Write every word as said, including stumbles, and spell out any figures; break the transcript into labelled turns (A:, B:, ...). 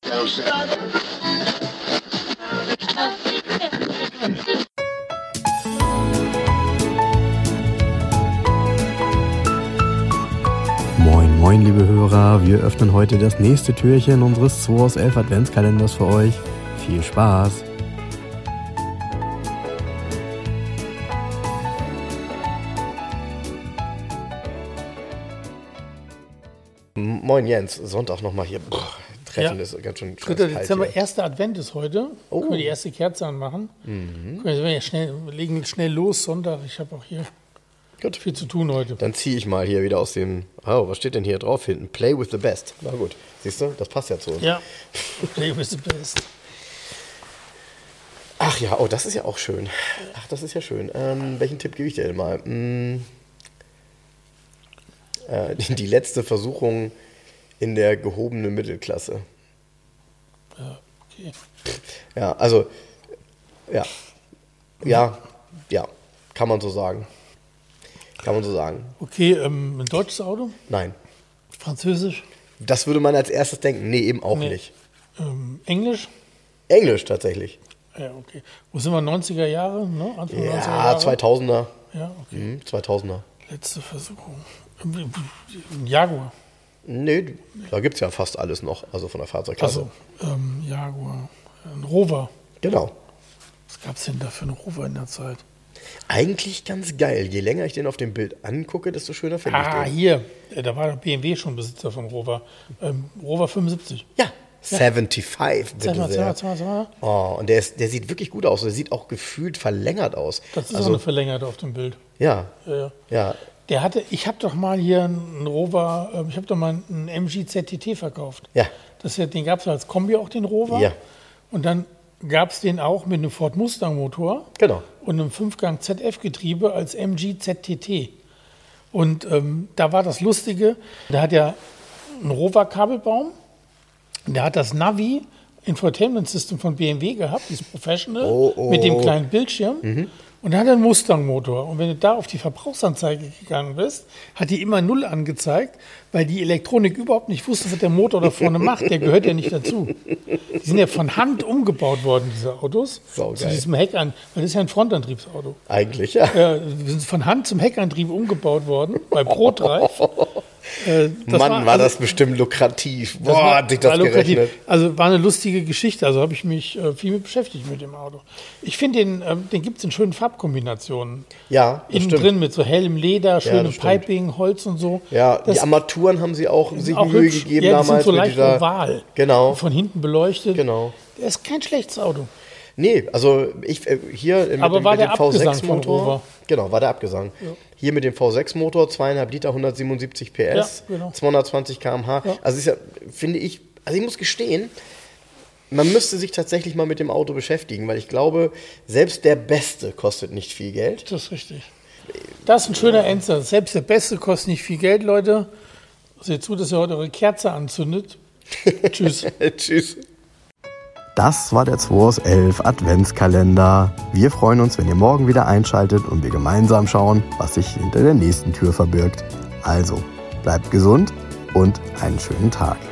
A: Moin, moin, liebe Hörer, wir öffnen heute das nächste Türchen unseres zwei aus elf Adventskalenders für euch. Viel Spaß!
B: Moin Jens, Sonntag nochmal hier. Boah, Treffen ja. Ist ganz schön
C: dritter Dezember, erster Advent ist heute. Oh. Können wir die erste Kerze anmachen. Mhm. Wir, ja schnell, wir legen schnell los, Sonntag. Ich habe auch hier Gut. viel zu tun heute.
B: Dann ziehe ich mal hier wieder aus dem... Oh, was steht denn hier drauf hinten? Play with the best. Na gut, siehst du, das passt ja zu uns.
C: Ja, play with the best.
B: Ach ja, oh, das ist ja auch schön. Ach, das ist ja schön. Ähm, welchen Tipp gebe ich dir denn mal? Hm, äh, die, die letzte Versuchung in der gehobenen Mittelklasse.
C: Ja, okay.
B: Ja, also, ja. Ja, ja, kann man so sagen. Kann man so sagen.
C: Okay, ähm, ein deutsches Auto?
B: Nein.
C: Französisch?
B: Das würde man als erstes denken. Nee, eben auch nee. nicht.
C: Ähm, Englisch?
B: Englisch tatsächlich.
C: Ja, okay. Wo sind wir? neunziger Jahre? Ne?
B: Anfang ja, neunziger Jahre? zweitausender.
C: Ja, okay.
B: Mhm, zweitausender.
C: Letzte Versuchung. Ein Jaguar?
B: Nee, da gibt es ja fast alles noch, also von der Fahrzeugklasse.
C: Also, ähm, Jaguar. Ein Rover.
B: Genau.
C: Was gab es denn da für einen Rover in der Zeit?
B: Eigentlich ganz geil. Je länger ich den auf dem Bild angucke, desto schöner finde ich den.
C: Ah, hier. Da war B M W schon Besitzer von Rover. Ähm, Rover fünfundsiebzig.
B: Ja. fünfundsiebzig, bitte
C: zeig mal,
B: sehr.
C: Zeig mal, zeig mal.
B: Oh, und der, ist, der sieht wirklich gut aus. Der sieht auch gefühlt verlängert aus.
C: Das ist
B: also,
C: auch eine verlängerte auf dem Bild.
B: Ja.
C: Ja, ja.
B: ja.
C: Der hatte, ich habe doch mal hier einen Rover, ich habe doch mal einen M G Z T T verkauft.
B: Ja.
C: Das, den gab es als Kombi auch, den Rover.
B: Ja.
C: Und dann gab es den auch mit einem Ford Mustang Motor.
B: Genau.
C: Und einem Fünfgang Z F-Getriebe als M G Z T T. Und ähm, da war das Lustige, da hat ja einen Rover-Kabelbaum, der hat das Navi Infotainment System von B M W gehabt, dieses Professional,
B: oh, oh.
C: mit dem kleinen Bildschirm. Mhm. Und dann hat er einen Mustang-Motor. Und wenn du da auf die Verbrauchsanzeige gegangen bist, hat die immer Null angezeigt, weil die Elektronik überhaupt nicht wusste, was der Motor da vorne macht. Der gehört ja nicht dazu. Die sind ja von Hand umgebaut worden, diese Autos.
B: Saugeil.
C: Zu diesem Heckantrieb. Weil das ist ja ein Frontantriebsauto.
B: Eigentlich, ja.
C: Ja, die sind von Hand zum Heckantrieb umgebaut worden, bei ProDrive. Äh,
B: Mann, war, war
C: also,
B: das bestimmt lukrativ.
C: Das
B: Boah,
C: war,
B: hat sich das
C: lukrativ.
B: gerechnet.
C: Also war eine lustige Geschichte. Also habe ich mich äh, viel mit beschäftigt mit dem Auto. Ich finde, den, äh, den gibt es in schönen Farbkombinationen.
B: Ja, das
C: Innen
B: stimmt.
C: drin mit so hellem Leder, schönem
B: ja,
C: Piping, Holz und so.
B: Ja,
C: das
B: die Armaturen haben sie auch sich
C: auch
B: Mühe
C: hübsch.
B: gegeben
C: ja, die
B: damals.
C: sind so
B: mit
C: leicht
B: dieser,
C: oval.
B: Genau.
C: Von hinten beleuchtet.
B: Genau.
C: Das ist kein schlechtes Auto.
B: Nee, also ich äh, hier mit
C: Aber
B: dem,
C: war
B: mit
C: der
B: dem V sechs
C: Abgesang
B: Motor.
C: von Rover?
B: Genau, war der Abgesang. Ja. Hier mit dem V sechs Motor, zweieinhalb Liter, hundertsiebenundsiebzig P S, ja, genau. zweihundertzwanzig Kilometer pro Stunde. Ja. Also ist ja, finde ich, also ich muss gestehen, man müsste sich tatsächlich mal mit dem Auto beschäftigen, weil ich glaube, selbst der Beste kostet nicht viel Geld.
C: Das ist richtig. Das ist ein schöner Endsatz. Selbst der Beste kostet nicht viel Geld, Leute. Seht zu, dass ihr heute eure Kerze anzündet. Tschüss.
B: Tschüss.
A: Das war der zwei aus elf Adventskalender. Wir freuen uns, wenn ihr morgen wieder einschaltet und wir gemeinsam schauen, was sich hinter der nächsten Tür verbirgt. Also, bleibt gesund und einen schönen Tag.